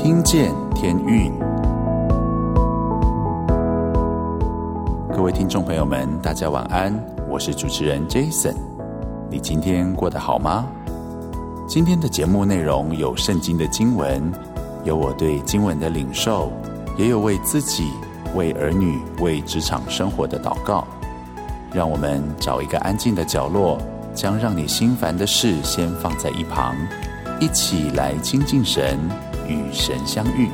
听见天韵。各位听众朋友们，大家晚安，我是主持人 Jason。 你今天过得好吗？今天的节目内容有圣经的经文，有我对经文的领受，也有为自己、为儿女、为职场生活的祷告。让我们找一个安静的角落，将让你心烦的事先放在一旁，一起来亲近神，与神相遇。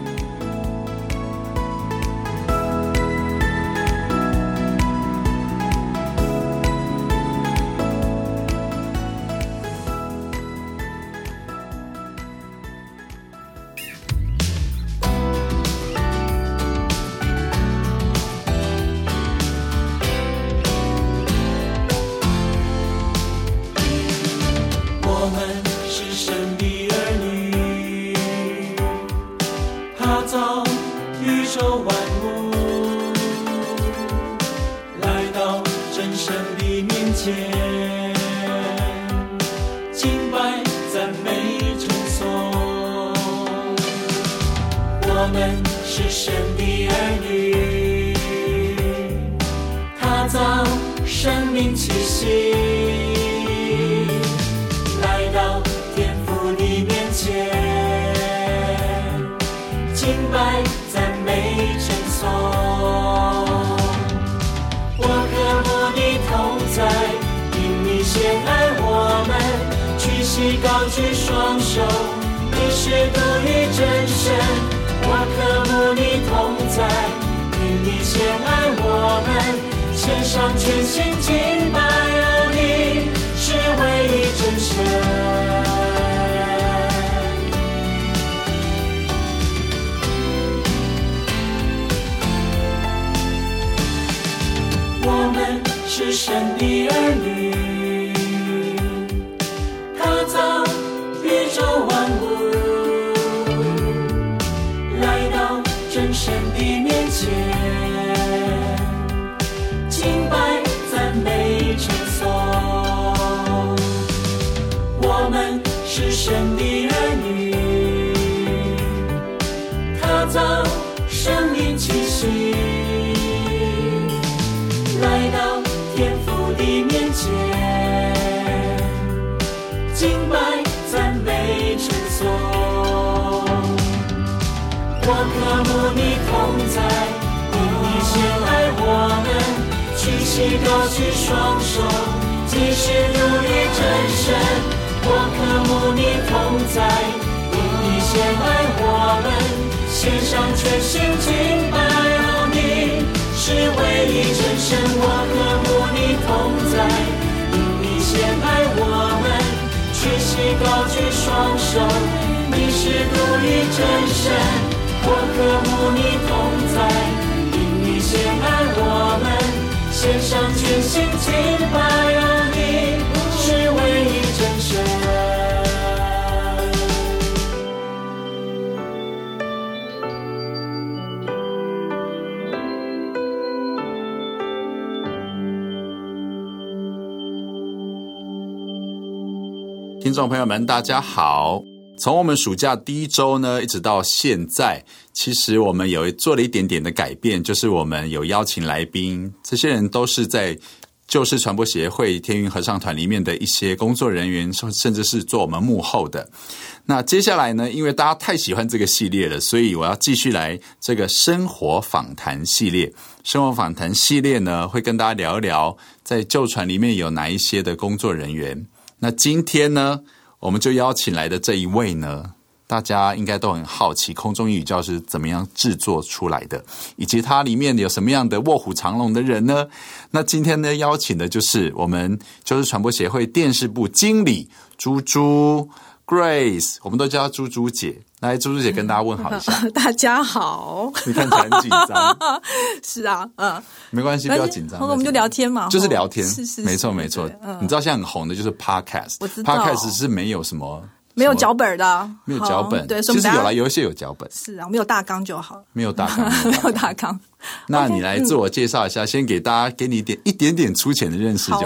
高举双手，你是独一真神，我渴慕你同在，因你先爱我们，献上全心敬拜，哦，你是唯一真神。我们是神的儿女，万物来到真神的面前，敬拜赞美称颂。我们是神的儿女，他造生命气息，来到天父的面前，敬拜赞美称颂。我渴慕你同在，因你先爱我们，举起高举双手，即是独一真神。我渴慕你同在，因你先爱我们，献上全心敬拜，哦，你是唯一真神。我渴慕你同在，因你先爱我们，举起高举双手，你是独一真神。我渴慕你同在，因你先爱我们，献上全心敬拜，哦，你是唯一真神。 听众朋友们，大家好。从我们暑假第一周呢，一直到现在，其实我们有做了一点点的改变，就是我们有邀请来宾，这些人都是在救世传播协会天韵合唱团里面的一些工作人员，甚至是做我们幕后的。那接下来呢，因为大家太喜欢这个系列了，所以我要继续来这个生活访谈系列。生活访谈系列呢，会跟大家聊一聊在救传里面有哪一些的工作人员。那今天呢，我们就邀请来的这一位呢，大家应该都很好奇空中英语教室怎么样制作出来的，以及它里面有什么样的卧虎藏龙的人呢？那今天呢，邀请的就是我们救世传播协会电视部经理猪猪 Grace， 我们都叫她猪猪姐。来，猪猪姐跟大家问好一下。 大家好。 你看起来很紧张。 是啊， 没关系，不要紧张。 我们就聊天嘛， 就是聊天， 是没错没错。你知道现在很红的就是 Podcast， 我知道 Podcast 是没有什么。 没有脚本的， 没有脚本， 对， 其实有一些有脚本， 是啊，没有大纲就好， 没有大纲， 没有大纲。 那你来自我介绍一下，先给大家给你一点点粗浅的认识就好。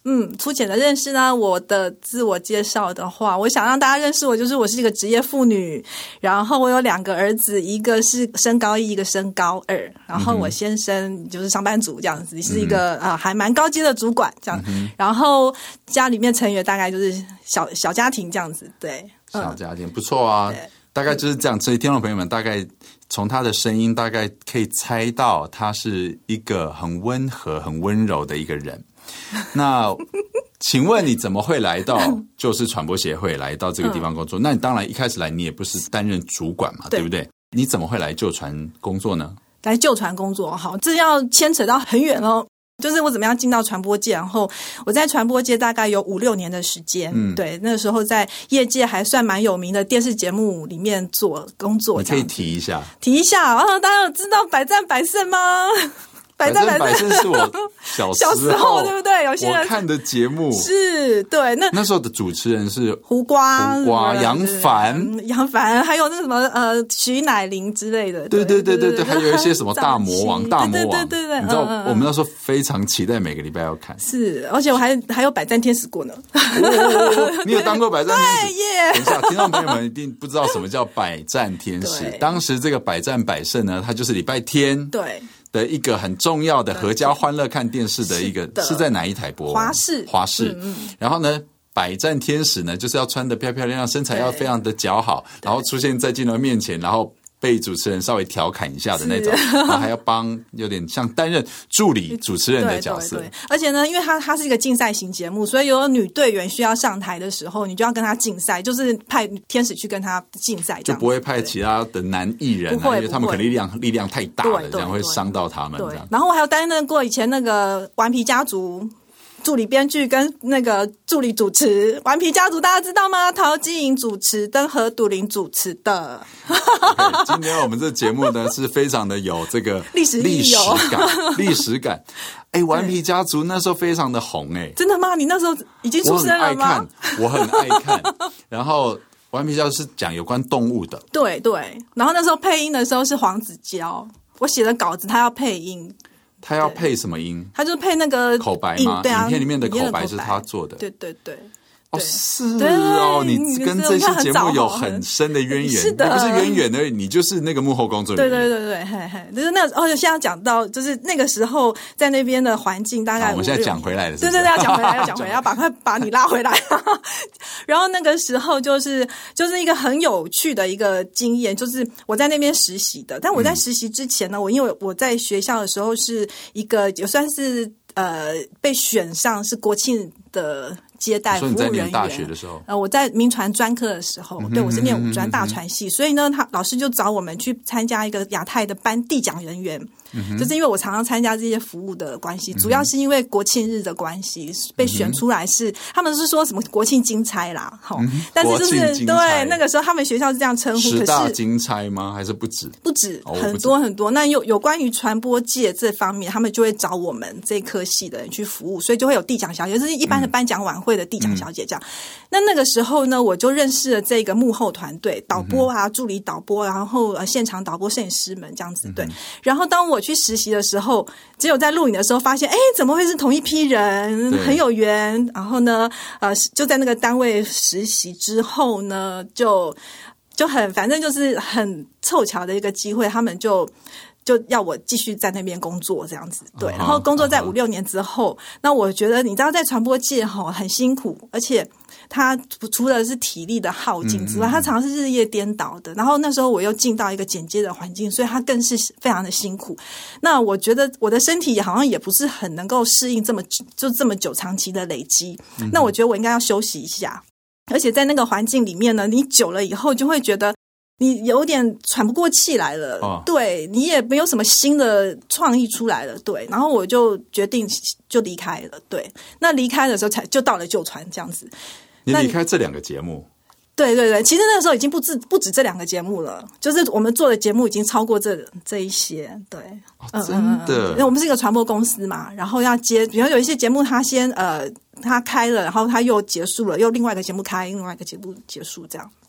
粗浅的认识呢，我的自我介绍的话，我想让大家认识我，就是我是一个职业妇女，然后我有2个儿子，一个是升高1，一个升高2，然后我先生就是上班族这样子，是一个还蛮高阶的主管这样，然后家里面成员大概就是小家庭这样子，对， 小家庭不错啊，大概就是这样。所以听众朋友们大概从他的声音大概可以猜到，他是一个很温和、很温柔的一个人。那请问你怎么会来到就是传播协会来到这个地方工作？那你当然一开始来你也不是担任主管嘛， 对不对？你怎么会来就传工作呢？ 来就传工作，好，这要牵扯到很远哦。就是我怎么样进到传播界，然后我在传播界大概有5-6年的时间，对，那个时候在业界还算蛮有名的电视节目里面做工作。 你可以提一下大家有知道百战百胜吗？百战百胜是我小时候对不对？有些人我看的节目是对，那时候的主持人是胡瓜、 杨凡，还有那个什么徐乃麟之类的。 对，还有一些什么大魔王，对，你知道我们那时候非常期待每个礼拜要看。 是，而且我还有百战天使过呢。 你有当过百战天使？ 对耶！ 等一下，听众朋友们一定不知道什么叫百战天使。当时这个百战百胜呢，它就是礼拜天对的一个很重要的合家欢乐看电视的一个，是在哪一台播？华视。然后呢，百战天使呢，就是要穿得漂漂亮亮，身材要非常的姣好，然后出现在镜头面前，然后被主持人稍微调侃一下的那种，然后还要帮有点像担任助理主持人的角色。 对，而且呢，因为它是一个竞赛型节目，所以有女队员需要上台的时候，你就要跟她竞赛，就是派天使去跟她竞赛， 就不会派其他的男艺人，因为他们可能力量太大了，这样会伤到他们。对， 然后我还有担任过以前那个顽皮家族助理编剧跟那个助理主持。顽皮家族大家知道吗？陶晶莹主持，登河笃林主持的。 今天我们这节目呢是非常的有这个历史感。顽皮家族那时候非常的红真的吗？你那时候已经出生了吗？ 我很爱看。然后顽皮家族是讲有关动物的， 对。然后那时候配音的时候是黄子佼，我写的稿子他要配音。 他要配什么音？ 他就配那个口白吗？对啊，影片里面的口白是他做的。 对。 是哦，你跟这些节目有很深的渊源。是的，你不是渊源而已，你就是那个幕后工作人员。 对，就是那现在讲到，就是那个时候在那边的环境，大概我们现在讲回来了， 对，要讲回来，要把你拉回来。然后那个时候就是一个很有趣的一个经验，就是我在那边实习的。但我在实习之前呢，因为我在学校的时候是一个也算是被选上是国庆的接待服务人员。 所以你在念大学的时候， 我在民传专科的时候，对，我是念五专大传系，所以呢，老师就找我们去参加一个亚太的颁递奖人员，就是因为我常常参加这些服务的关系，主要是因为国庆日的关系被选出来是，他们是说什么国庆金钗啦，但是就是对那个时候他们学校是这样称呼， 10大金钗吗？还是不止？ 不止，很多很多。那有关于传播界这方面，他们就会找我们这科系的人去服务，所以就会有递奖小姐，就是一般的颁奖晚会的递奖小姐这样。那个时候呢，我就认识了这个幕后团队，导播啊、助理导播，然后现场导播、摄影师们这样子。对，然后当我去实习的时候，只有在录影的时候发现，怎么会是同一批人，很有缘。然后呢，就在那个单位实习之后呢，就很反正就是很凑巧的一个机会，他们就要我继续在那边工作这样子。对，然后工作在5-6年之后，那我觉得你知道在传播界很辛苦，而且他除了是体力的耗尽之外，他常常是日夜颠倒的。然后那时候我又进到一个剪接的环境，所以他更是非常的辛苦。那我觉得我的身体好像也不是很能够适应这么久长期的累积。那我觉得我应该要休息一下。而且在那个环境里面呢，你久了以后就会觉得你有点喘不过气来了，对，你也没有什么新的创意出来了，对，然后我就决定就离开了，对，那离开的时候就到了就传这样子。 你离开这2个节目？ 对，其实那个时候已经不止这2个节目了，就是我们做的节目已经超过这一些，对， 真的， 因为我们是一个传播公司嘛，然后要接，比如有一些节目他先他开了，然后他又结束了，又另外一个节目开，另外一个节目结束，这样，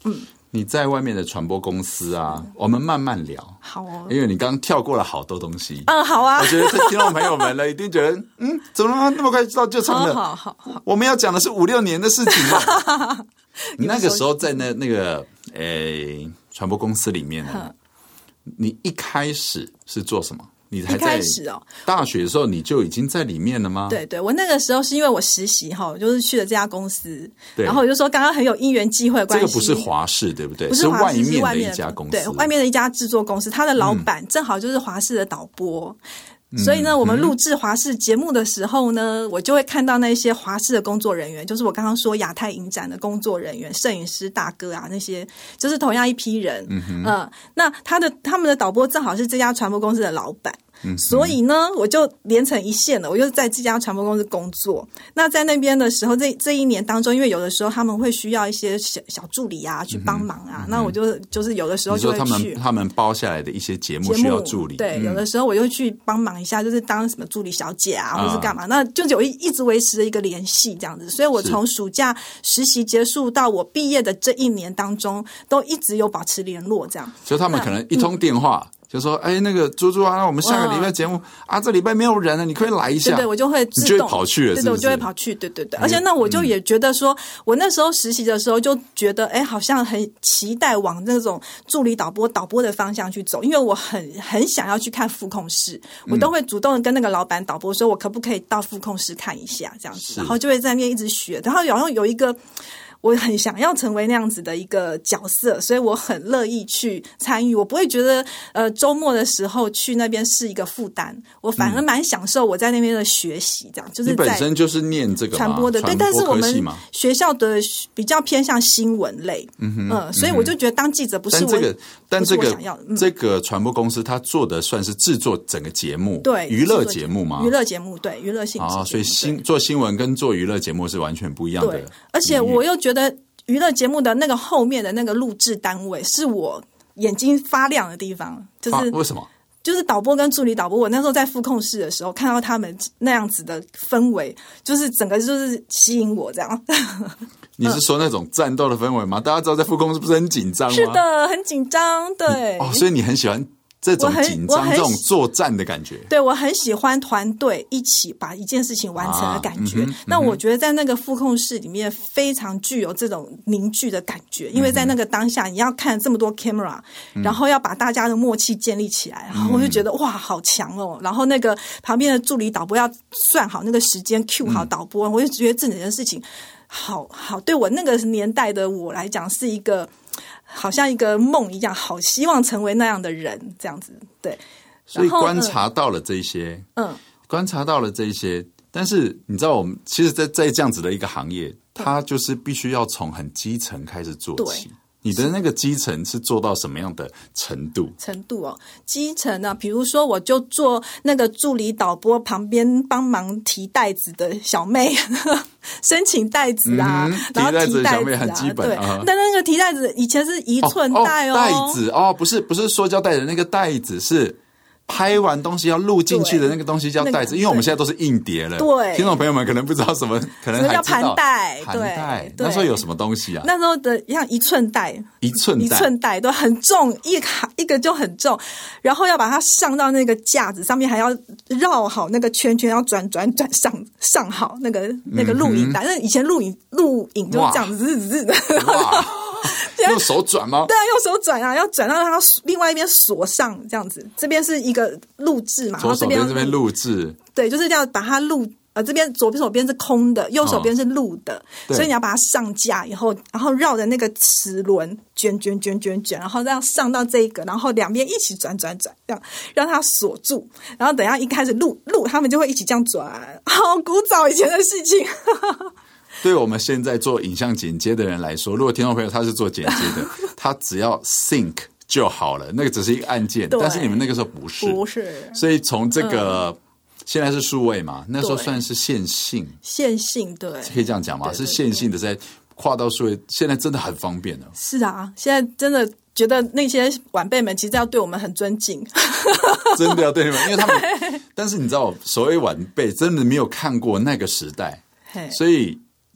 你在外面的传播公司啊，我们慢慢聊。 好哦， 因为你刚刚跳过了好多东西。 好啊。 我觉得听众朋友们呢，一定觉得，怎么那么快就成了？ 好。 我们要讲的是5-6年的事情嘛。你那个时候在那个传播公司里面呢，你一开始是做什么？你还在大学的时候你就已经在里面了吗？ 对，我那个时候是因为我实习就是去了这家公司，然后我就说刚刚很有因缘际会的关系。 这个不是华视对不对？ 不是华视， 是外面的一家公司， 对，外面的一家制作公司，他的老板正好就是华视的导播。所以呢，我们录制华视节目的时候呢，我就会看到那些华视的工作人员，就是我刚刚说亚太影展的工作人员、摄影师大哥啊，那些就是同样一批人。那他们的导播正好是这家传播公司的老板。所以呢，我就连成一线了。我就在这家传播公司工作。那在那边的时候，这一年当中，因为有的时候他们会需要一些小助理啊，去帮忙啊。那我就是有的时候就会去。 他们包下来的一些节目需要助理。 对，有的时候我就去帮忙一下，就是当什么助理小姐啊，或是干嘛。那就有一直维持了一个联系这样子。所以我从暑假实习结束到我毕业的这一年当中，都一直有保持联络这样。 所以他们可能一通电话。就说那个猪猪啊，我们下个礼拜节目这礼拜没有人了，你可以来一下。 对，我就会自动， 你就会跑去了，是不是？ 对，我就会跑去，对。而且那我就也觉得说，我那时候实习的时候就觉得，好像很期待往那种助理导播的方向去走，因为我很想要去看副控室，我都会主动跟那个老板导播说，我可不可以到副控室看一下这样子，然后就会在那边一直学，然后有一个。我很想要成为那样子的一个角色，所以我很乐意去参与。我不会觉得周末的时候去那边是一个负担，我反而蛮享受我在那边的学习。这样就是你本身就是念这个传播的，对，但是我们学校的比较偏向新闻类，所以我就觉得当记者不是我， 但这个想要这个传播公司它做的算是制作整个节目， 对， 娱乐节目嘛， 娱乐节目，对，娱乐性质。 所以做新闻跟做娱乐节目是完全不一样的。 对，而且我又觉得娱乐节目的那个后面的那个录制单位是我眼睛发亮的地方，就是为什么？ 就是导播跟助理导播，我那时候在副控室的时候，看到他们那样子的氛围，就是整个就是吸引我这样。 你是说那种战斗的氛围吗？大家知道在副控室不是很紧张吗？ 是的，很紧张，对。 所以你很喜欢这种紧张、这种作战的感觉。 对，我很喜欢团队一起把一件事情完成的感觉。那我觉得在那个副控室里面非常具有这种凝聚的感觉，因为在那个当下你要看这么多 camera，然后要把大家的默契建立起来，然后我就觉得哇，好强哦！然后那个旁边的助理导播要算好那个时间 cue 好导播，我就觉得这件事情好，对我那个年代的我来讲是一个。好像一个梦一样，好希望成为那样的人，这样子，对。 所以观察到了这些，观察到了这些，但是你知道，我们其实在这样子的一个行业，它就是必须要从很基层开始做起。你的那个基层是做到什么样的程度？基层呢？比如说，我就做那个助理导播旁边帮忙提袋子的小妹，申请袋子啊，然后提袋子啊， 很基本。对，但那个提袋子以前是1寸袋袋子不是塑胶袋的那个袋子是。拍完东西要录进去的那个东西叫袋子，因为我们现在都是硬碟了。 对， 听众朋友们可能不知道什么，可能还知道盘带。 对，那时候有什么东西啊？ 那时候的像1寸带，1寸带都很重，一个就很重，然后要把它上到那个架子上面，还要绕好那个圈圈，要转上好那个录影带。那以前录影就这样子，然后。 用手转吗？ 对啊，用手转啊，要转到它另外一边锁上，这样子。这边是一个录制嘛， 左手边这边录制， 对，就是要把它录。这边左手边是空的，右手边是录的，所以你要把它上架以后，然后绕着那个齿轮卷，然后这样上到这个，然后两边一起转，这样让它锁住，然后等一下一开始录，他们就会一起这样转，好古早以前的事情。 对我们现在做影像剪接的人来说，如果听众朋友他是做剪接的，他只要 sync 就好了，那个只是一个按键，但是你们那个时候不是，所以从这个。现在是数位嘛，那时候算是线性，对，可以这样讲吗？是线性的，在跨到数位，现在真的很方便了。 是啊，现在真的觉得那些晚辈们其实要对我们很尊敬， 真的要对你们，因为他们，但是你知道，所谓晚辈真的没有看过那个时代，所以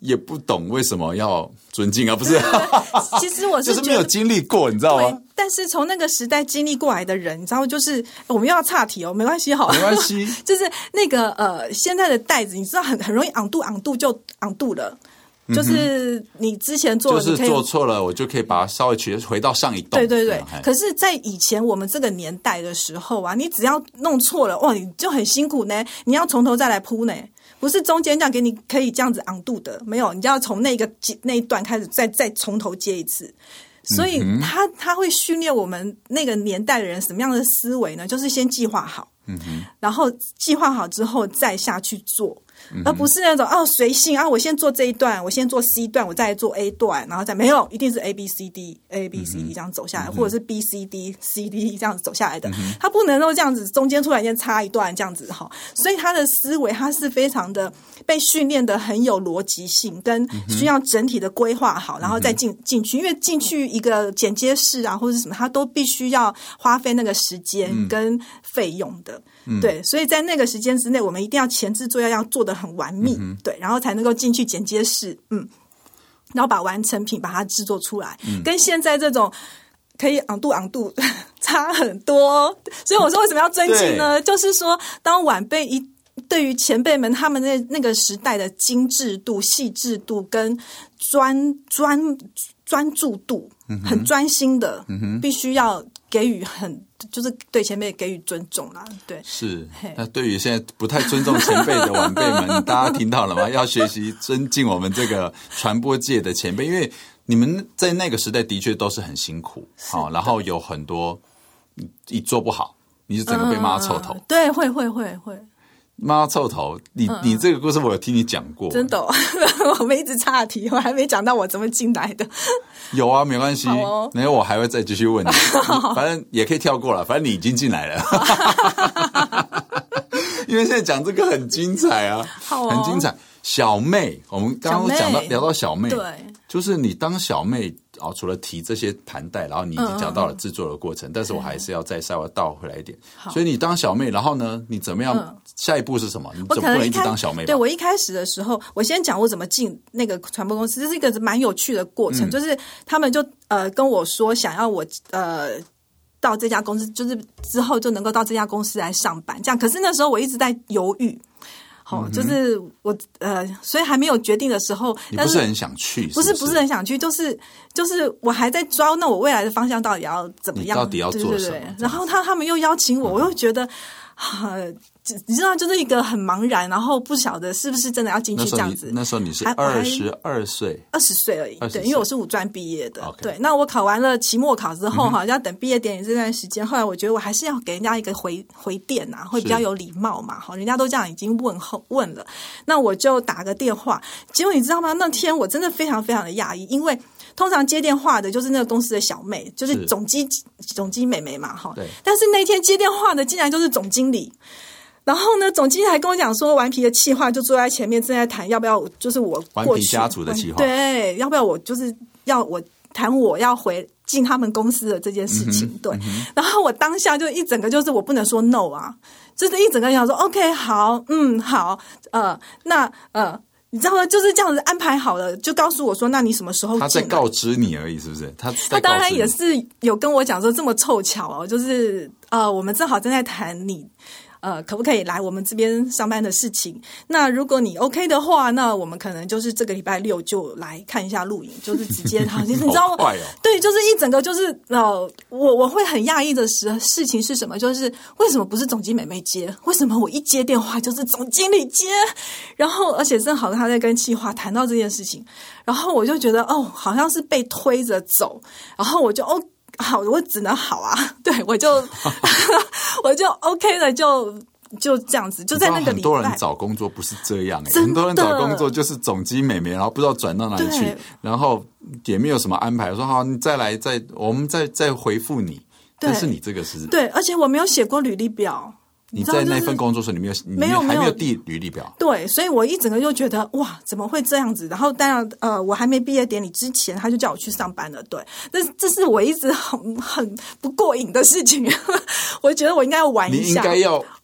也不懂为什么要尊敬啊，不是？ 其实我是就是没有经历过，你知道吗？ 对，但是从那个时代经历过来的人，你知道，就是我们又要岔题哦，没关系好了， 没关系。 就是那个现在的袋子，你知道很容易昂度就昂度了。就是你之前做的， 就是做错了，我就可以把它稍微回到上一栋。 对。可是，在以前我们这个年代的时候啊，你只要弄错了，哇，你就很辛苦呢。你要从头再来铺呢，不是中间这样给你可以这样子昂度的，没有，你就要从那一段开始再从头接一次。所以他会训练我们那个年代的人什么样的思维呢？就是先计划好，然后计划好之后再下去做。而不是那种随性我先做这一段，我先做 C 段，我再来做 A 段，然后再没有，一定是 ABCD 这样走下来，或者是 BCD CD 这样子走下来的，他不能够这样子中间突然间插一段这样子哈，所以他的思维他是非常的被训练的很有逻辑性，跟需要整体的规划好，然后再进去，因为进去一个剪接室啊或者什么，他都必须要花费那个时间跟费用的。对，所以在那个时间之内，我们一定要前置作业要做得很完密，对，然后才能够进去剪接室，然后把完成品把它制作出来，跟现在这种可以昂度差很多。所以我说为什么要尊敬呢？就是说，当晚辈对于前辈们他们那个时代的精致度、细致度跟专注度，很专心的，必须要给予就是对前辈给予尊重啦。对， 是。那对于现在不太尊重前辈的晚辈们，大家听到了吗？要学习尊敬我们这个传播界的前辈，因为你们在那个时代的确都是很辛苦，然后有很多你做不好，你就整个被骂臭头。 对，会。 骂臭头，你这个故事我有听你讲过， 真的我们一直岔题，我还没讲到我怎么进来的。 有啊，没关系，没有我还会再继续问你，反正也可以跳过了，反正你已经进来了。因为现在讲这个很精彩啊，很精彩。小妹，我们刚刚聊到小妹， 对， 就是你当小妹除了提这些盘带，然后你已经讲到了制作的过程，但是我还是要再稍微倒回来一点。所以你当小妹，然后呢，你怎么样？下一步是什么？你总不能一直当小妹吧？ 对，我一开始的时候，我先讲我怎么进那个传播公司，这是一个蛮有趣的过程。就是他们就跟我说，想要我到这家公司，就是之后就能够到这家公司来上班，这样。可是那时候我一直在犹豫。就是我所以还没有决定的时候， 你不是很想去？不是很想去，就是我还在抓，那我未来的方向到底要怎么样？ 你到底要做什么？ 对。然后他们又邀请我，我又觉得你知道，就是一个很茫然，然后不晓得是不是真的要进去这样子。 那时候你是22岁 ，20岁而已。对，因为我是五专毕业的。对，那我考完了期末考之后，要等毕业典礼这段时间。后来我觉得我还是要给人家一个回电啊，会比较有礼貌嘛。人家都这样已经问了，那我就打个电话。结果你知道吗？那天我真的非常非常的讶异，因为通常接电话的就是那个公司的小妹，就是总机妹妹嘛，对。但是那天接电话的竟然就是总经理。然后呢，总经理还跟我讲说，顽皮的企划就坐在前面正在谈，要不要就是我过去顽皮家族的企划， 对，要不要我就是要我谈我要回进他们公司的这件事情，对。然后我当下就一整个就是我不能说 no 啊，就是一整个想说 OK 好，好，那你知道吗？就是这样子安排好了，就告诉我说，那你什么时候进来？ 他在告知你而已，是不是？他当然也是有跟我讲说这么凑巧就是我们正好正在谈你。可不可以来我们这边上班的事情？那如果你 OK 的话，那我们可能就是这个礼拜6就来看一下录影，就是直接其实你知道吗？对，就是一整个就是我会很讶异的事情是什么？就是为什么不是总经理妹妹接？为什么我一接电话就是总经理接？然后而且正好他在跟企划谈到这件事情，然后我就觉得好像是被推着走，然后我就好，我只能好啊，对，我就OK 了，就这样子，就在那个礼拜。 很多人找工作不是这样很多人找工作就是总机妹妹，然后不知道转到哪里去，然后也没有什么安排，说好你再来，我们再回复你。但是你这个是对，而且我没有写过履历表。 你在那份工作时你还没有递履历表， 对，所以我一整个就觉得哇，怎么会这样子？然后当然我还没毕业典礼之前，他就叫我去上班了，对，这是我一直很不过瘾的事情。我觉得我应该要玩一下， 你应该要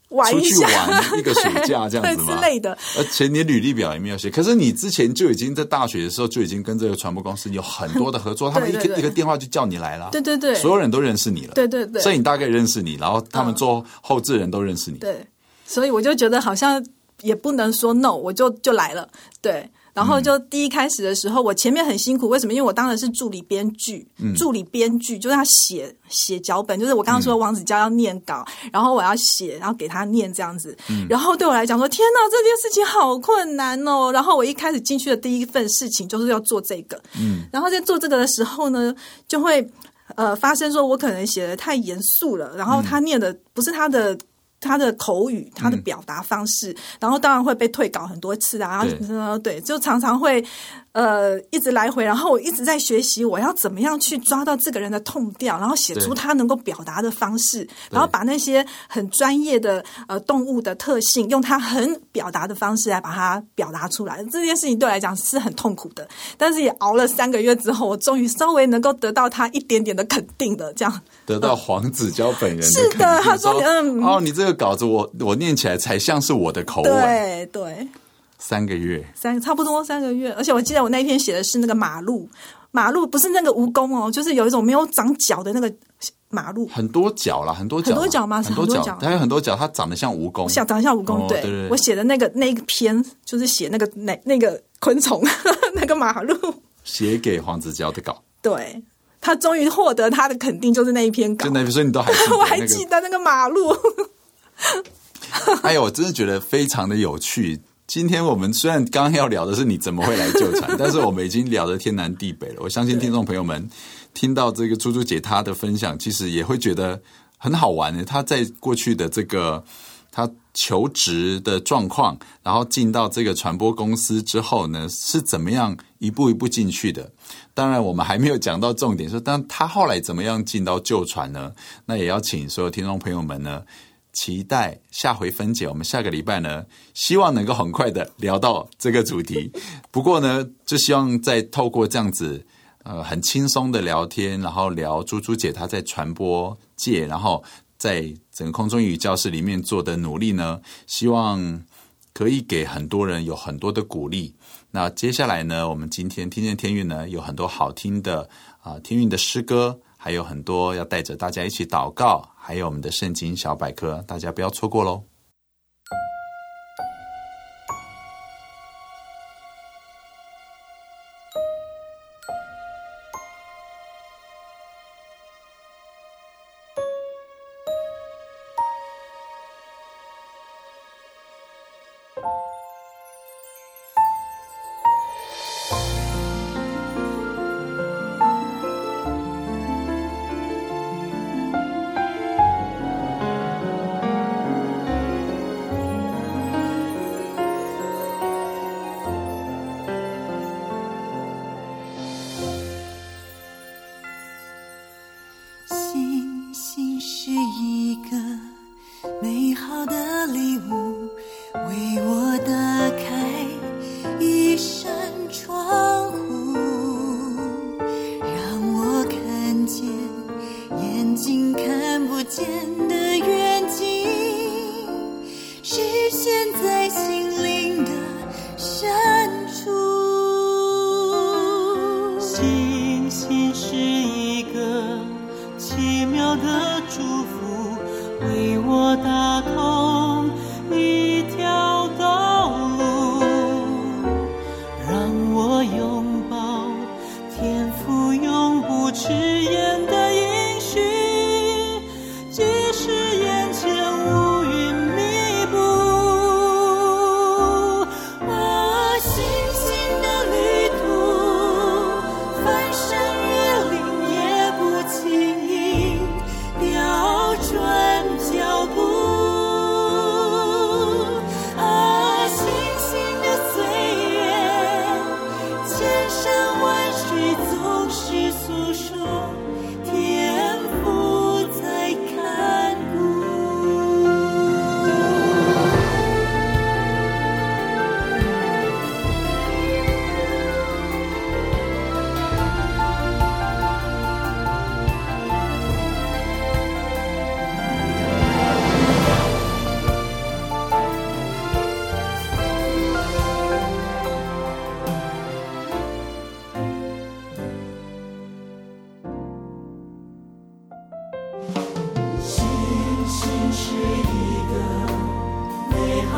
出去玩一下玩一个暑假这样子吗？ 之类的。 而且你履历表也没有写，可是你之前就已经在大学的时候就已经跟这个传播公司有很多的合作，他们一个电话就叫你来了， 对对对， 所有人都认识你了， 对对对， 摄影大概认识你，然后他们做后制人都认识你， 对，所以我就觉得好像也不能说 no， 我就来了，对。然后就第一开始的时候，我前面很辛苦，为什么？因为我当的是助理编剧，助理编剧就是要写脚本，就是我刚刚说王子娇要念稿，然后我要写，然后给他念这样子。然后对我来讲说，天哪，这件事情好困难哦。然后我一开始进去的第一份事情就是要做这个，然后在做这个的时候呢，就会发生说我可能写的太严肃了，然后他念的不是他的口语，他的表达方式，然后当然会被退稿很多次啊，然后对，就常常会一直来回，然后我一直在学习我要怎么样去抓到这个人的痛调，然后写出他能够表达的方式，然后把那些很专业的动物的特性，用他很表达的方式来把它表达出来。这件事情对我来讲是很痛苦的，但是也熬了3个月之后，我终于稍微能够得到他一点点的肯定的，这样得到黄子佼本人的是的，他说哦，你这个稿子我念起来才像是我的口吻， 对对。 3个月， 差不多3个月，而且我记得我那一篇写的是那个马路不是那个蜈蚣哦，就是有一种没有长角的那个马路， 很多角啦，很多角吗？ 很多角， 它有很多角，它长得像蜈蚣， 长得像蜈蚣，对，我写的那一篇就是写那个昆虫那个马路， 写给黄子佼的稿， 对。他终于获得他的肯定，就是那一篇稿， 就那篇，所以你都还记得、 我还记得那个马路。 哎呦，我真的觉得非常的有趣。今天我们虽然刚刚要聊的是你怎么会来救船，但是我们已经聊得天南地北了。我相信听众朋友们听到这个猪猪姐她的分享，其实也会觉得很好玩的。她在过去的这个她求职的状况，然后进到这个传播公司之后呢，是怎么样一步一步进去的。当然我们还没有讲到重点，说但她后来怎么样进到救船呢？那也要请所有听众朋友们呢期待下回分解，我们下个礼拜呢，希望能够很快的聊到这个主题。不过呢，就希望再透过这样子很轻松的聊天，然后聊猪猪姐她在传播界，然后在整个空中英语教室里面做的努力呢，希望可以给很多人有很多的鼓励。那接下来呢，我们今天听见天韵呢，有很多好听的天韵的诗歌，还有很多要带着大家一起祷告，还有我们的圣经小百科，大家不要错过咯。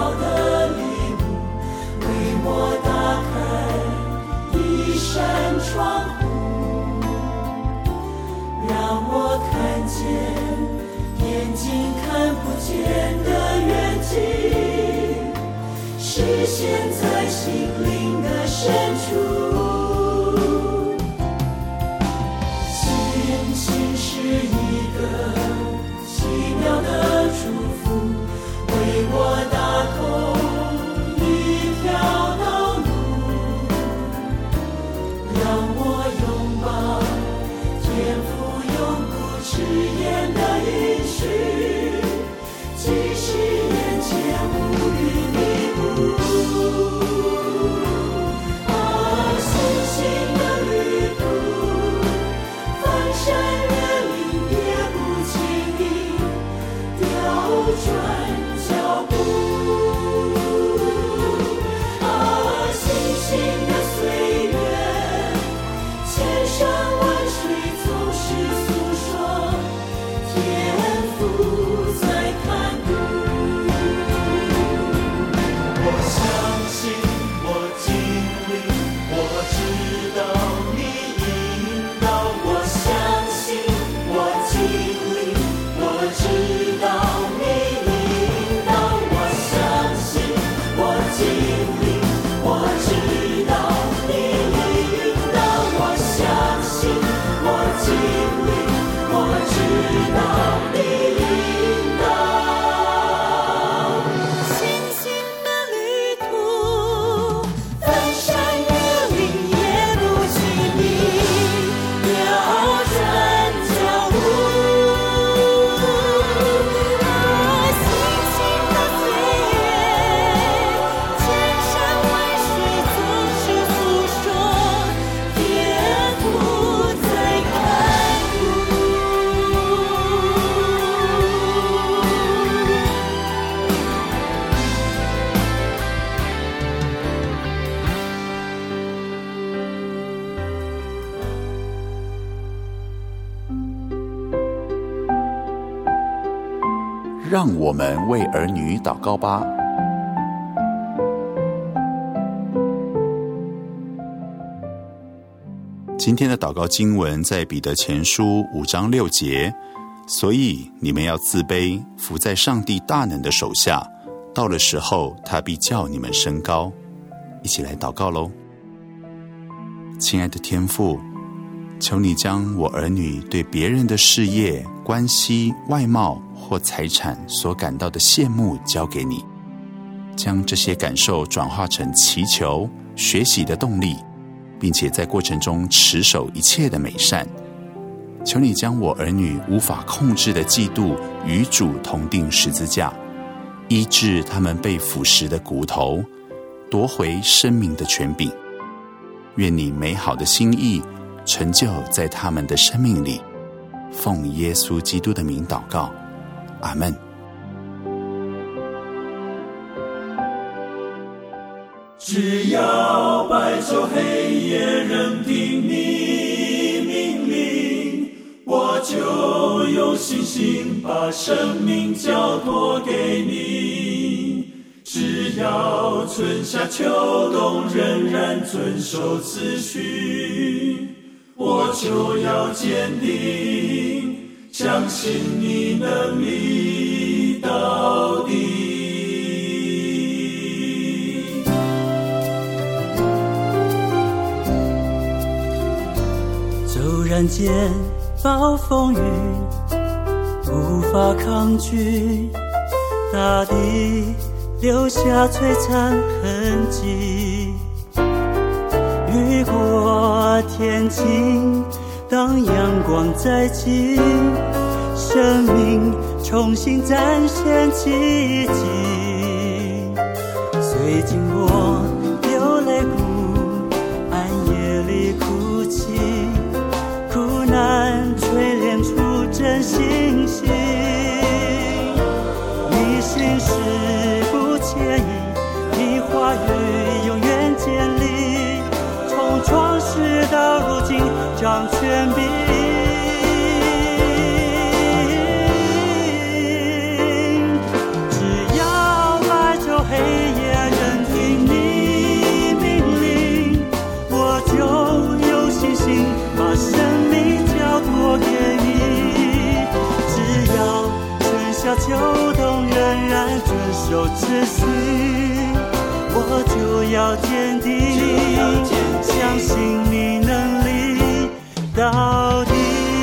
的礼物，为我打开一扇窗户，让我看见眼睛看不见的远景，实现在心灵的深处。星星是一个奇妙的祝福，为我打通一条道路，让我拥抱天父永不迟延的应许，即使眼前乌云密布。星星的旅途，翻山越岭也不轻易调转脚步。星星的岁月，千山万水总是诉说天父在看顾。我相信，我经历，我知道你引导。我相信，我经历，我知道你引导。我相信，我经历，我知道你引导。我相信，我经历，我知道你引导。星星的旅途，翻山越岭也不轻易调转脚步。星星的岁月，千山万水总是诉说天父在看顾。 让我们为儿女祷告吧。今天的祷告经文在彼得前书5章6节，所以你们要自卑，服在上帝大能的手下，到了时候他必叫你们升高。一起来祷告咯。亲爱的天父，求你将我儿女对别人的事业、关系、外貌或财产所感到的羡慕交给你，将这些感受转化成祈求、学习的动力，并且在过程中持守一切的美善。求你将我儿女无法控制的嫉妒与主同定十字架，医治他们被腐蚀的骨头，夺回生命的权柄。愿你美好的心意成就在他们的生命里。奉耶稣基督的名祷告，阿们。 只要白昼黑夜仍听你命令，我就用信心把生命交托给你。只要春夏秋冬仍然遵守次序，我就要坚定，相信你能力到底。骤然间暴风雨，无法抗拒，大地留下璀璨痕迹。雨过天晴，当阳光再起，生命重新展现奇迹。虽经过流泪谷，暗夜里哭泣，苦难锤炼出真信心。你心事不介意，你话语永远坚立，从创世到如今掌权柄。只要白昼黑持续，我就要坚定，相信你能力到底。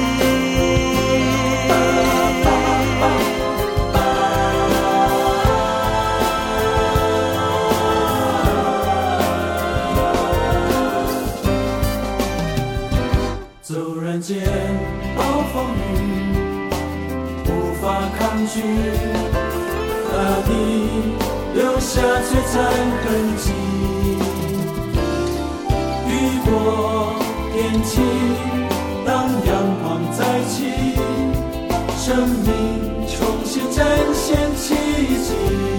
骤然间暴风雨无法抗拒，大地留下璀璨痕迹，雨过天晴，当阳光再起，生命重新展现奇迹。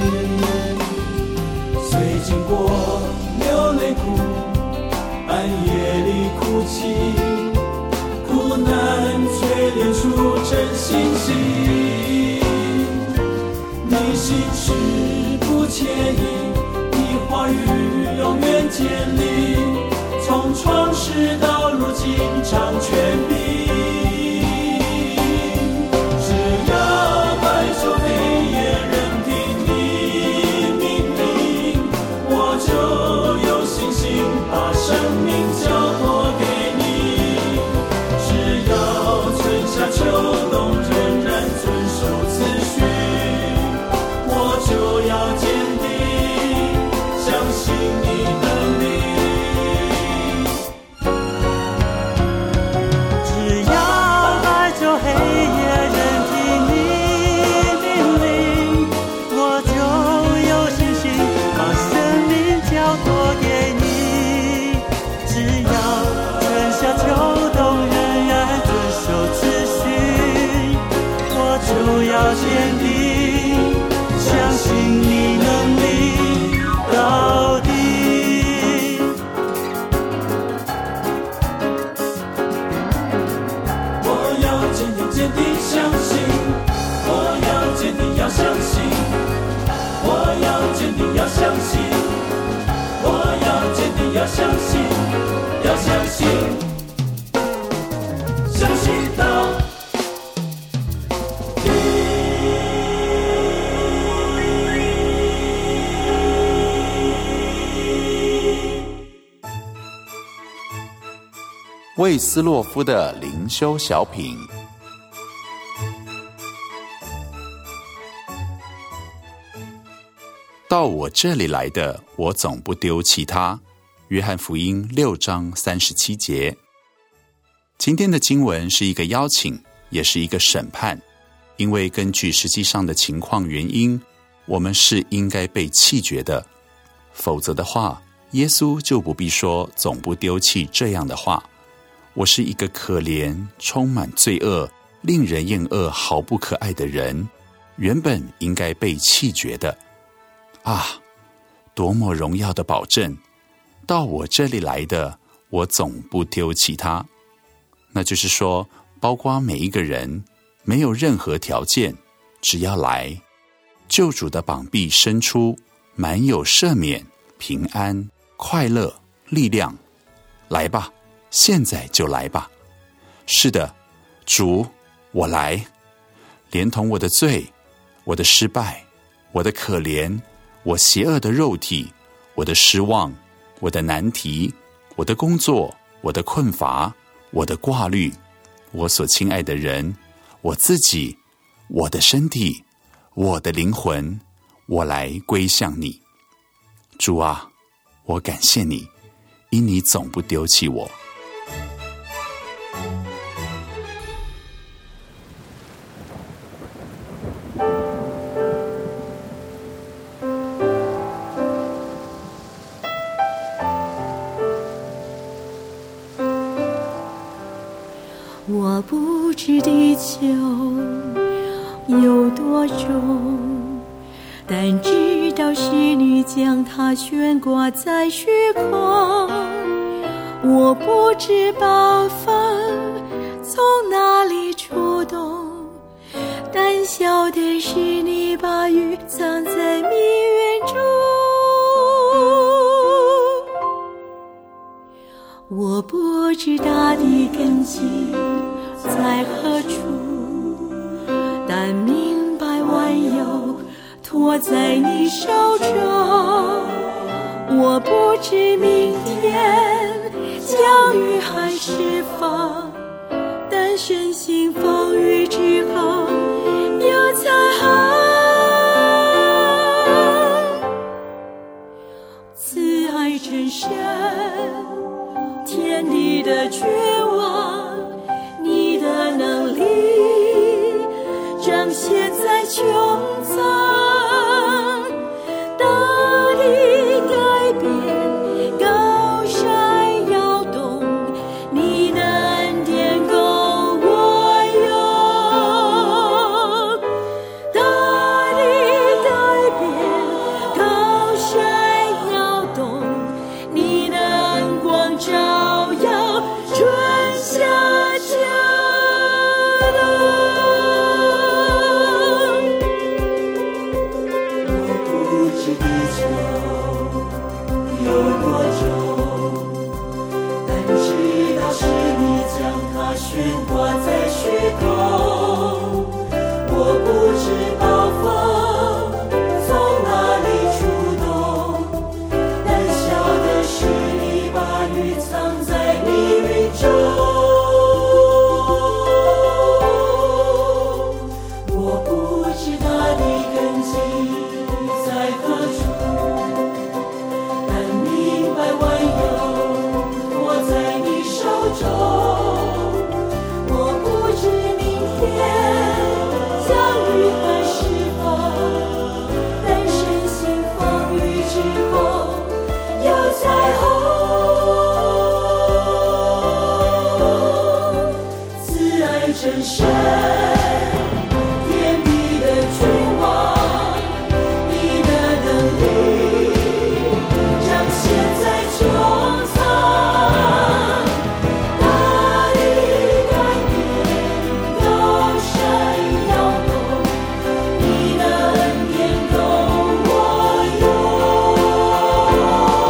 虽经过流泪哭，暗夜里哭泣，苦难淬炼出真信心。你心事不介意，你话语永远坚立，从创世到如今掌权柄。只要白昼黑夜任听你命令，我就有信心把生命交托给你。只要春夏秋冬仍然遵守次序，我就要坚定，相信你能力。 只要白昼黑夜任听你命令，我就有信心把生命交托给你。只要春夏秋冬仍然遵守秩序，我就要坚定，相信你能力到底。 我要坚定坚定相信，我要坚定要相信，我要坚定要相信，我要坚定要相信，要相信，相信到魏斯洛夫的灵修小品。到我这里来的，我总不丢弃他。约翰福音6章37节。今天的经文是一个邀请，也是一个审判，因为根据实际上的情况原因，我们是应该被弃绝的，否则的话，耶稣就不必说总不丢弃这样的话。我是一个可怜、充满罪恶、令人厌恶、毫不可爱的人，原本应该被弃绝的。啊，多么荣耀的保证！到我这里来的，我总不丢弃他。那就是说，包括每一个人，没有任何条件，只要来，救主的膀臂伸出，满有赦免、平安、快乐、力量。来吧，现在就来吧。是的，主，我来，连同我的罪、我的失败、我的可怜、我邪恶的肉体、我的失望、我的难题、我的工作、我的困乏、我的挂虑、我所亲爱的人、我自己、我的身体、我的灵魂，我来归向你。主啊，我感谢你，因你总不丢弃我。 我不知地球有多重，但知道是你将它悬挂在虚空。我不知暴风从哪里出动，但晓得是你把雨藏在密云中。我不知大地根基在何处，但明白万有托握在你手中，我不知明天将雨还是风，但深信风雨之后有彩虹。慈爱真深，天地的绝望，你的能力彰显在穹苍，大地改变，高山摇动，你的恩典够我用。大地改变，高山摇动，你的恩光照耀春夏秋冬。有多重，但知道是你将它悬挂在虚空。我不知暴风从哪里出动，但晓得是你把雨藏在密云中。我不知它的根基在何处，万有握在你手中，我不知明天将雨还是风，但深信风雨之后有彩虹。慈爱真深，天地的君王，你的能力彰显在穹苍，大地改变，高山摇动，你的恩典够我用。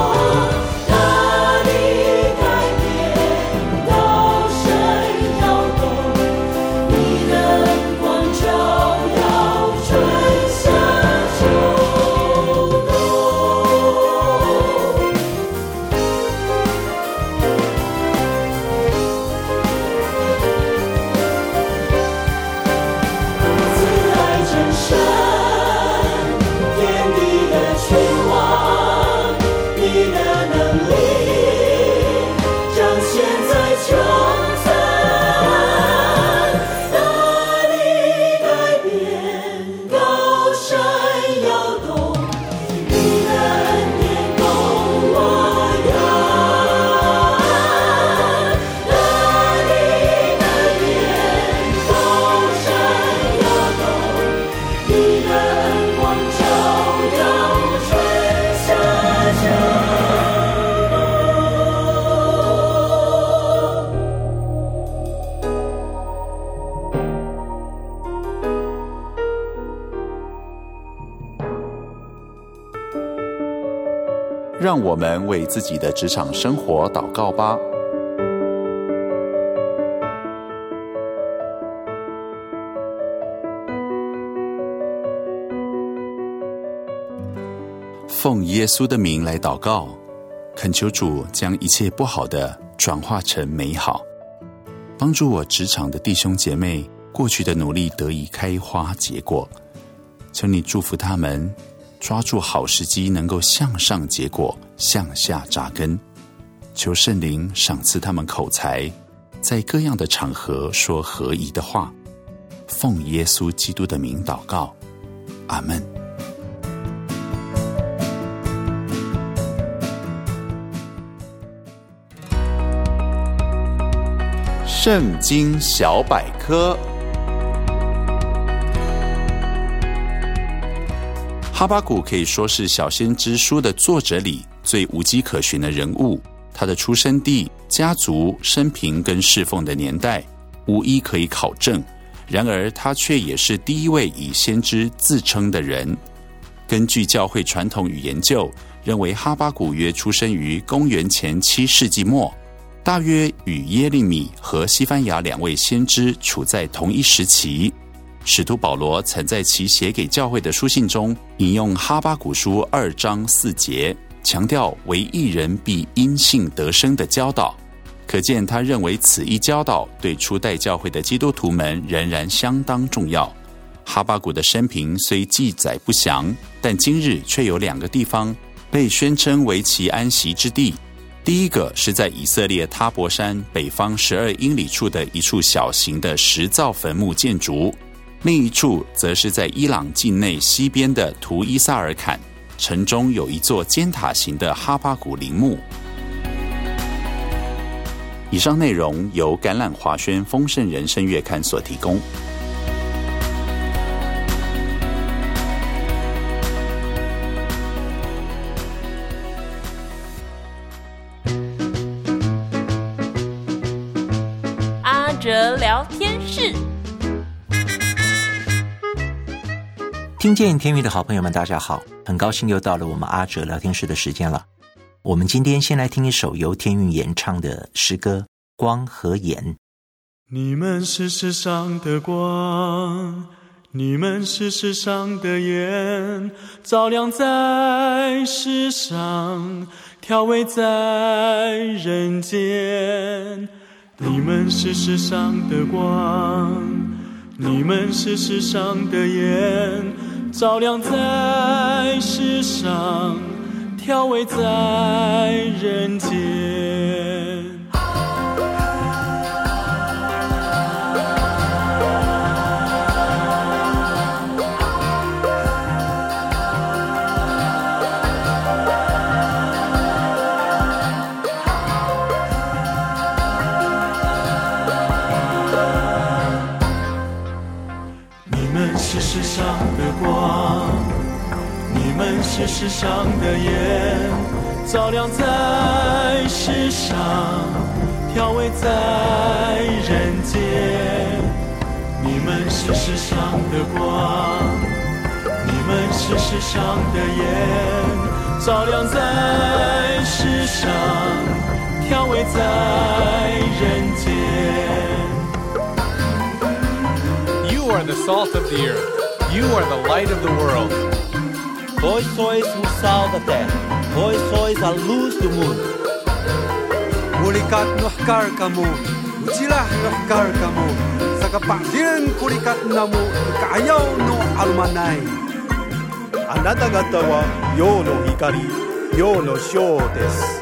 大地改变，高山摇动，你的恩光照耀春夏秋冬。 让我们为自己的职场生活祷告吧。奉耶稣的名来祷告，恳求主将一切不好的转化成美好，帮助我职场的弟兄姐妹过去的努力得以开花结果。求你祝福他们抓住好时机，能够向上结果，向下扎根。求圣灵赏赐他们口才，在各样的场合说合宜的话。奉耶稣基督的名祷告，阿们。圣经小百科。哈巴谷可以说是小先知书的作者里最无迹可寻的人物，他的出生地、家族、生平跟侍奉的年代无一可以考证，然而他却也是第一位以先知自称的人。根据教会传统与研究，认为哈巴谷约出生于公元前7世纪末，大约与耶利米和西番雅两位先知处在同一时期。 使徒保罗曾在其写给教会的书信中引用哈巴谷书2章4节，强调为义人必因信得生的教导，可见他认为此一教导对初代教会的基督徒们仍然相当重要。哈巴谷的生平虽记载不详，但今日却有2个地方被宣称为其安息之地。第一个是在以色列他伯山北方12英里处的一处小型的石造坟墓建筑，另一处则是在伊朗境内西边的图伊萨尔坎，城中有一座尖塔型的哈巴谷陵墓。以上内容由橄榄华轩丰盛人生月刊所提供。 阿哲聊天室， 听见天宇的好朋友们，大家好，很高兴又到了我们阿哲聊天室的时间了。我们今天先来听一首由天韵演唱的诗歌《光和盐》。 你们是世上的光，你们是世上的盐，照亮在世上，调味在人间。你们是世上的光，你们是世上的盐，照亮在世上，调味在人间。你们是世上的光，你们是世上的盐，照亮在世上，调味在人间。你们是世上的光，你们是世上的盐，照亮在世上，调味在人间。 You are the salt of the earth. You are the light of the world. Vós sois o sal da terra. Vós sois a luz do mundo. Kulikat nuhkar kamu, ujilah nuhkar kamu. Sakapagdiran kulikat namu, kayaw no almanay. Anata gata wa yo no hikari, yo no shou desu.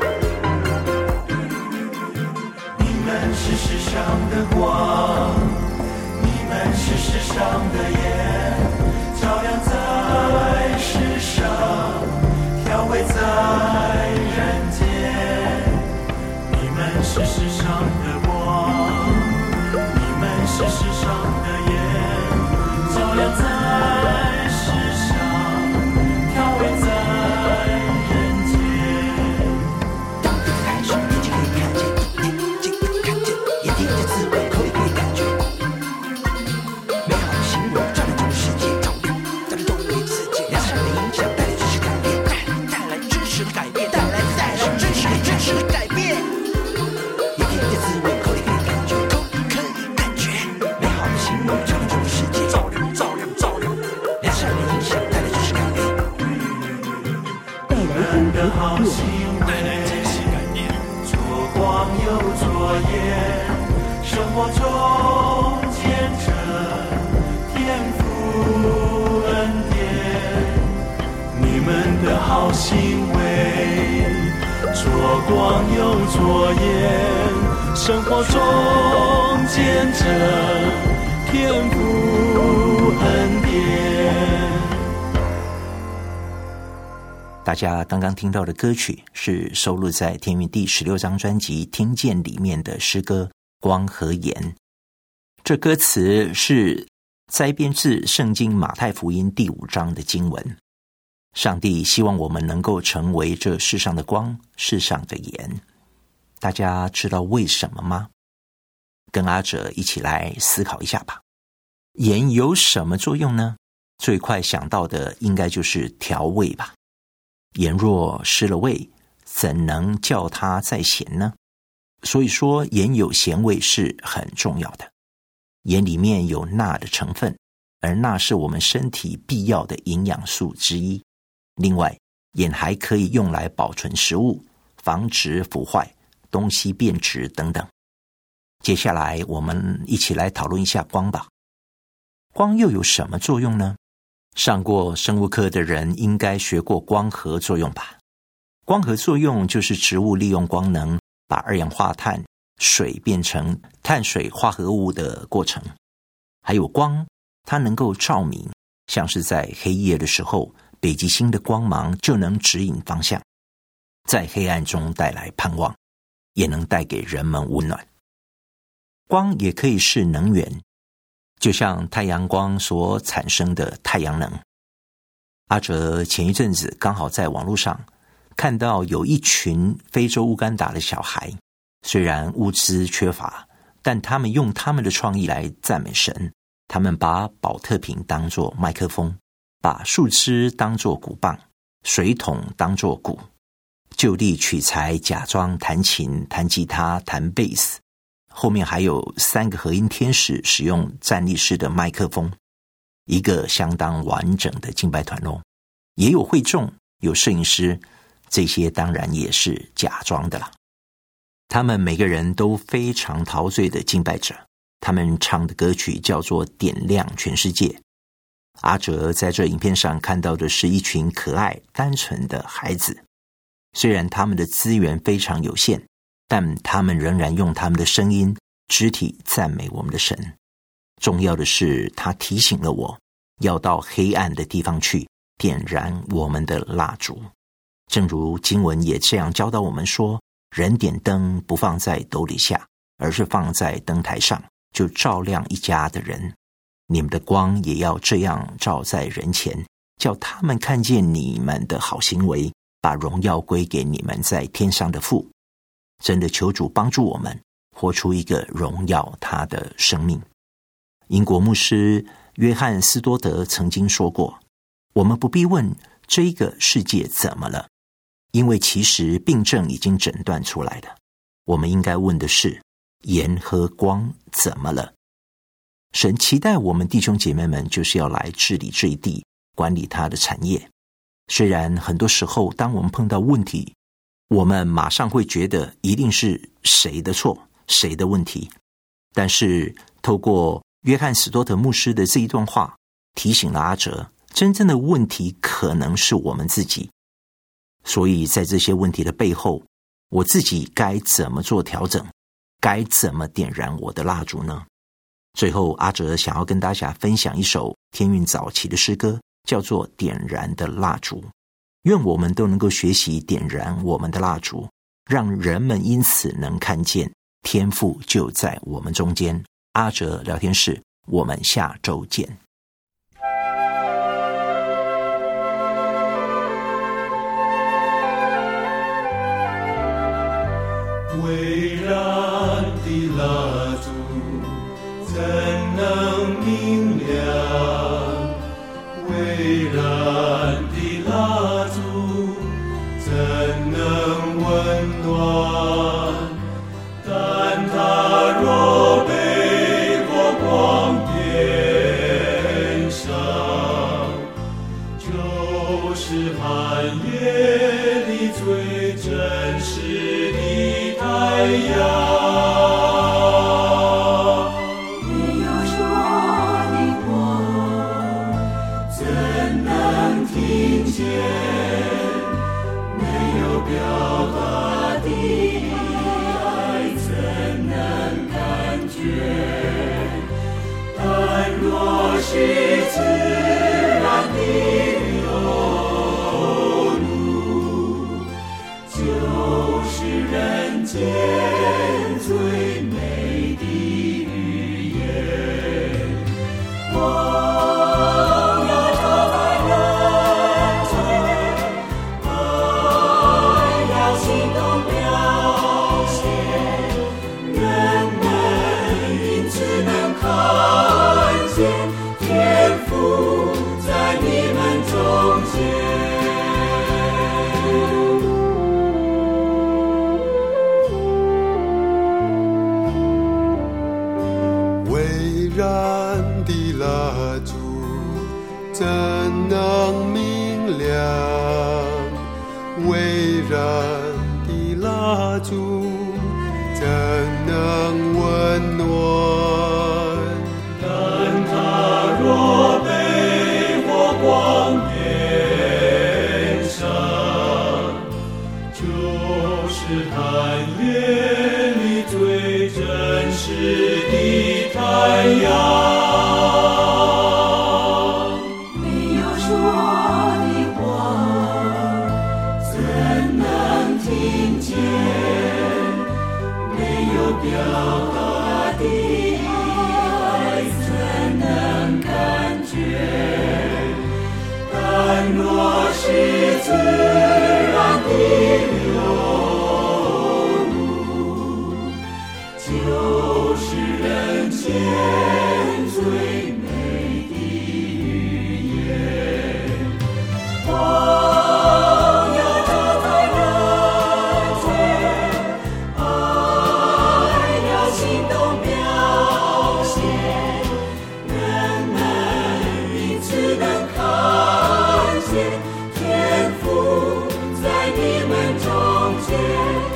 你们是世上的光，你们是世上的盐，照亮在世上，调味在人间。你们是世上的光，你们是世上的盐，照亮在世上，调味在人间。 当你开始，眼睛可以看见，眼睛可以看见，眼睛的滋味，口里可以感觉。美好的行为照亮整个世界，照亮周围世界，良善的影响带来真实改变，带来真实的改变，带来真实的改变。眼睛的滋味，口里可以感觉，口里可以感觉。美好的行为照亮整个世界，照亮，良善的影响带来真实改变， 你们的好行为，做光又做盐，生活中见证天父恩典。你们的好行为，做光又做盐，生活中见证天父恩典。 大家刚刚听到的歌曲是收录在天韵第16张专辑《听见》里面的诗歌《光和盐》。这歌词是摘编自圣经马太福音第5章的经文。上帝希望我们能够成为这世上的光，世上的盐。大家知道为什么吗？跟阿哲一起来思考一下吧。盐有什么作用呢？最快想到的应该就是调味吧。盐若失了味，怎能叫它再咸呢？所以说盐有咸味是很重要的。盐里面有钠的成分， 而那是我们身体必要的营养素之一。另外，眼还可以用来保存食物，防止腐坏、东西变质等等。接下来我们一起来讨论一下光吧。光又有什么作用呢？上过生物课的人应该学过光合作用吧。光合作用就是植物利用光能把二氧化碳、水变成碳水化合物的过程。还有光，它能够照明，像是在黑夜的时候，北极星的光芒就能指引方向，在黑暗中带来盼望，也能带给人们温暖。光也可以是能源，就像太阳光所产生的太阳能。阿哲前一阵子刚好在网络上看到有一群非洲乌干达的小孩，虽然物资缺乏，但他们用他们的创意来赞美神。他们把保特瓶当作麦克风，把树枝当作鼓棒，水桶当作鼓，就地取材，假装弹琴、弹吉他、弹贝斯。后面还有3个合音天使使用站立式的麦克风，一个相当完整的敬拜团咯。也有会众，有摄影师，这些当然也是假装的啦。他们每个人都非常陶醉的敬拜者，他们唱的歌曲叫做《点亮全世界》。阿哲在这影片上看到的是一群可爱单纯的孩子，虽然他们的资源非常有限，但他们仍然用他们的声音、肢体赞美我们的神。重要的是，他提醒了我要到黑暗的地方去，点燃我们的蜡烛。正如经文也这样教导我们说，人点灯不放在斗底下，而是放在灯台上，就照亮一家的人。你们的光也要这样照在人前，叫他们看见你们的好行为，把荣耀归给你们在天上的父。真的求主帮助我们活出一个荣耀他的生命。英国牧师约翰斯多德曾经说过，我们不必问这个世界怎么了，因为其实病症已经诊断出来了。我们应该问的是，盐和光怎么了？神期待我们弟兄姐妹们就是要来治理这一地，管理他的产业。虽然很多时候当我们碰到问题，我们马上会觉得一定是谁的错，谁的问题。但是透过约翰史多德牧师的这一段话，提醒了阿哲，真正的问题可能是我们自己。所以在这些问题的背后，我自己该怎么做调整？该怎么点燃我的蜡烛呢？最后，阿哲想要跟大家分享一首天韵早期的诗歌，叫做《点燃的蜡烛》。愿我们都能够学习点燃我们的蜡烛，让人们因此能看见天父就在我们中间。阿哲聊天室，我们下周见。 微燃的蜡烛怎能明亮？微燃的蜡烛怎能温暖？但它若被火光点上，就是寒夜里最真实的太阳。是自然的流露，就是人间最美的语言。光要照在人间，爱要行动表现，人们因此能看见天父在你们中间。 微燃的蜡烛怎能明亮？微燃的蜡烛怎能温暖？ 但它若被火光点上，就是寒夜里最真实的太阳。 没有说的话，怎能听见？没有表达的爱，怎能感觉？但若是自然的流露，就是人间最美的语言。光要照在人间，爱要行动表现，人们因此能看见天父在你们中间。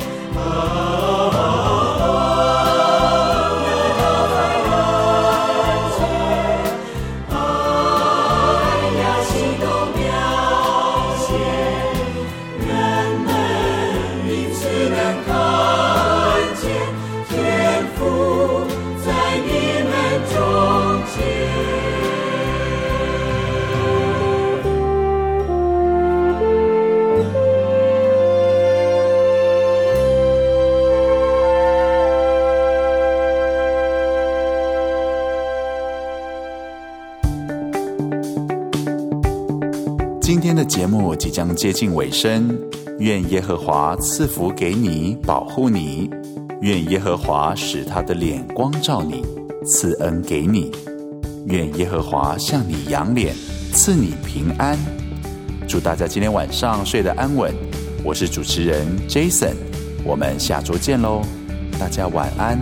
今天的节目即将接近尾声，愿耶和华赐福给你，保护你；愿耶和华使他的脸光照你，赐恩给你；愿耶和华向你扬脸，赐你平安。祝大家今天晚上睡得安稳。我是主持人 Jason， 我们下周见喽，大家晚安。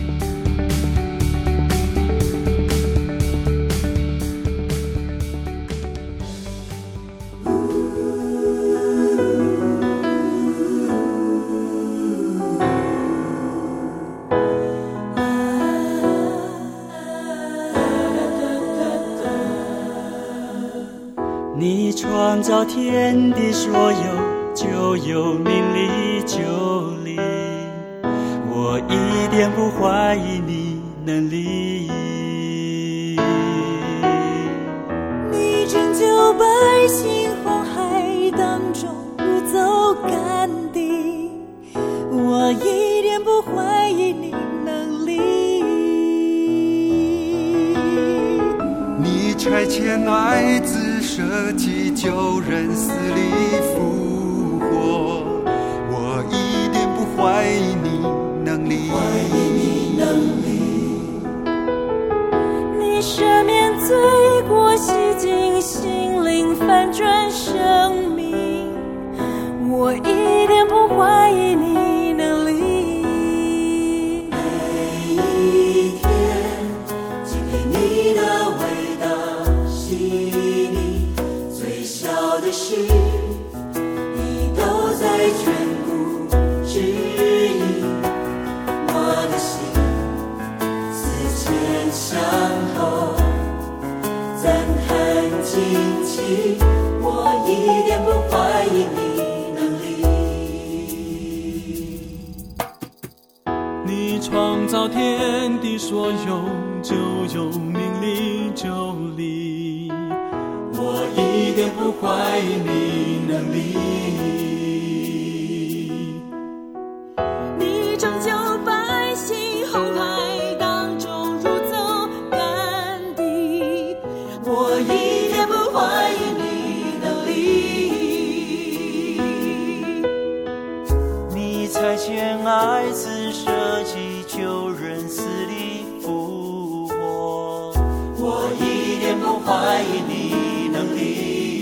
你创造天地所有，就有命力就灵。我一点不怀疑你能力。 你拯救百姓红海当中如走干地，我一点不怀疑你能力。 你差遣爱子舍己救人，死里复活，我一点不怀疑你能力。 你赦免罪过，洗净心灵，翻转生命，我一点不怀疑你能力。每一天经历你的伟大洗礼，最小的事你都在眷顾指引，我的心思前想后，赞叹惊奇，我一点不怀疑你能力。 你创造天地所有，就有命力就力，我一点不怀疑你能力。 你拯救百姓红海当中如走干地，我一点不怀疑你能力。 你差遣爱子舍己救人，死里复活， 我一点不怀疑你能力。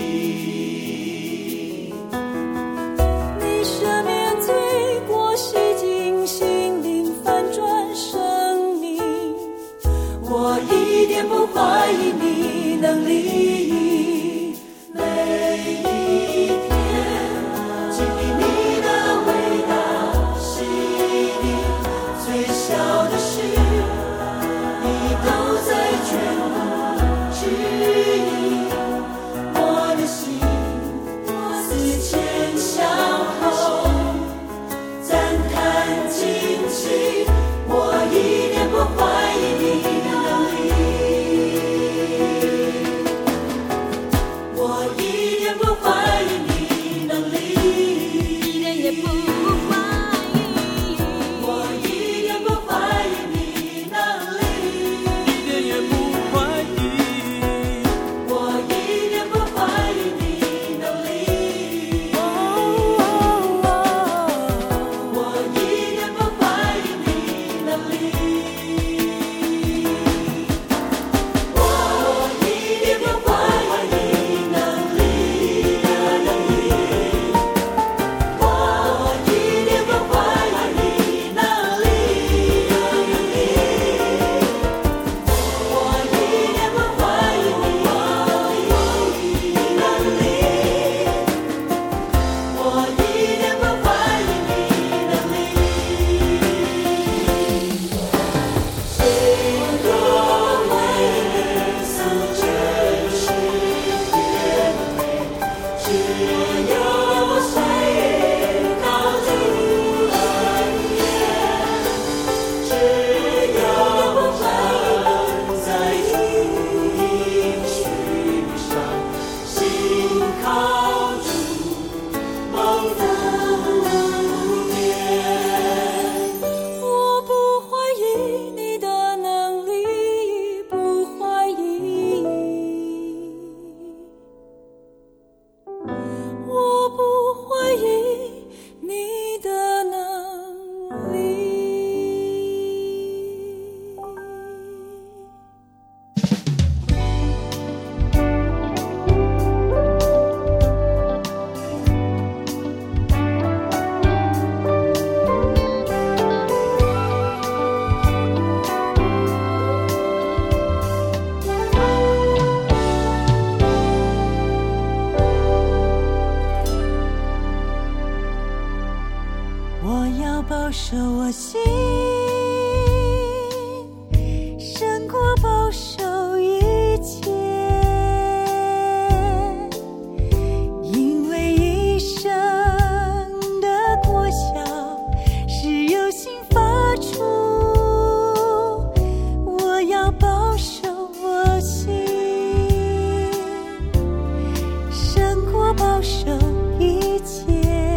你赦免罪过，洗净心灵，翻转生命，我一点不怀疑你能力。 守我心，胜过保守一切，因为一生的果效是由心发出，我要保守我心，胜过保守一切，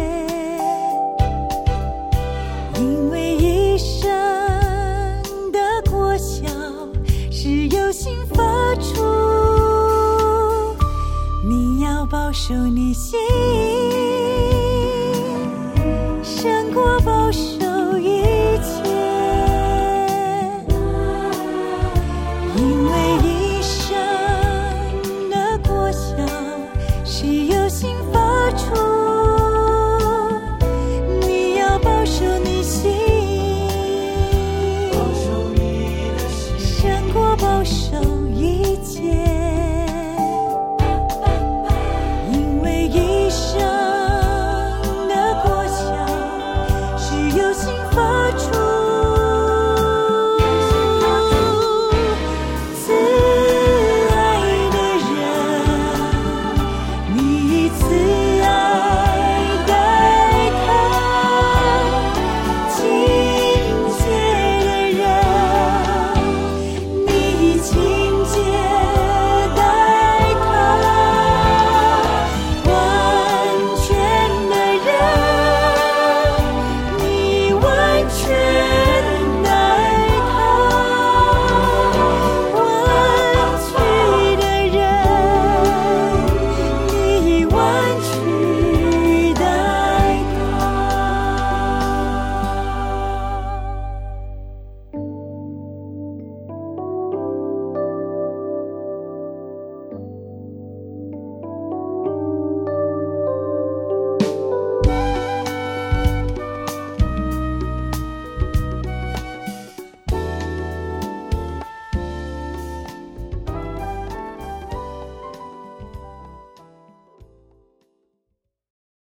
因为一生的果效是由心发出，你要保守你心，胜过保守一切，因为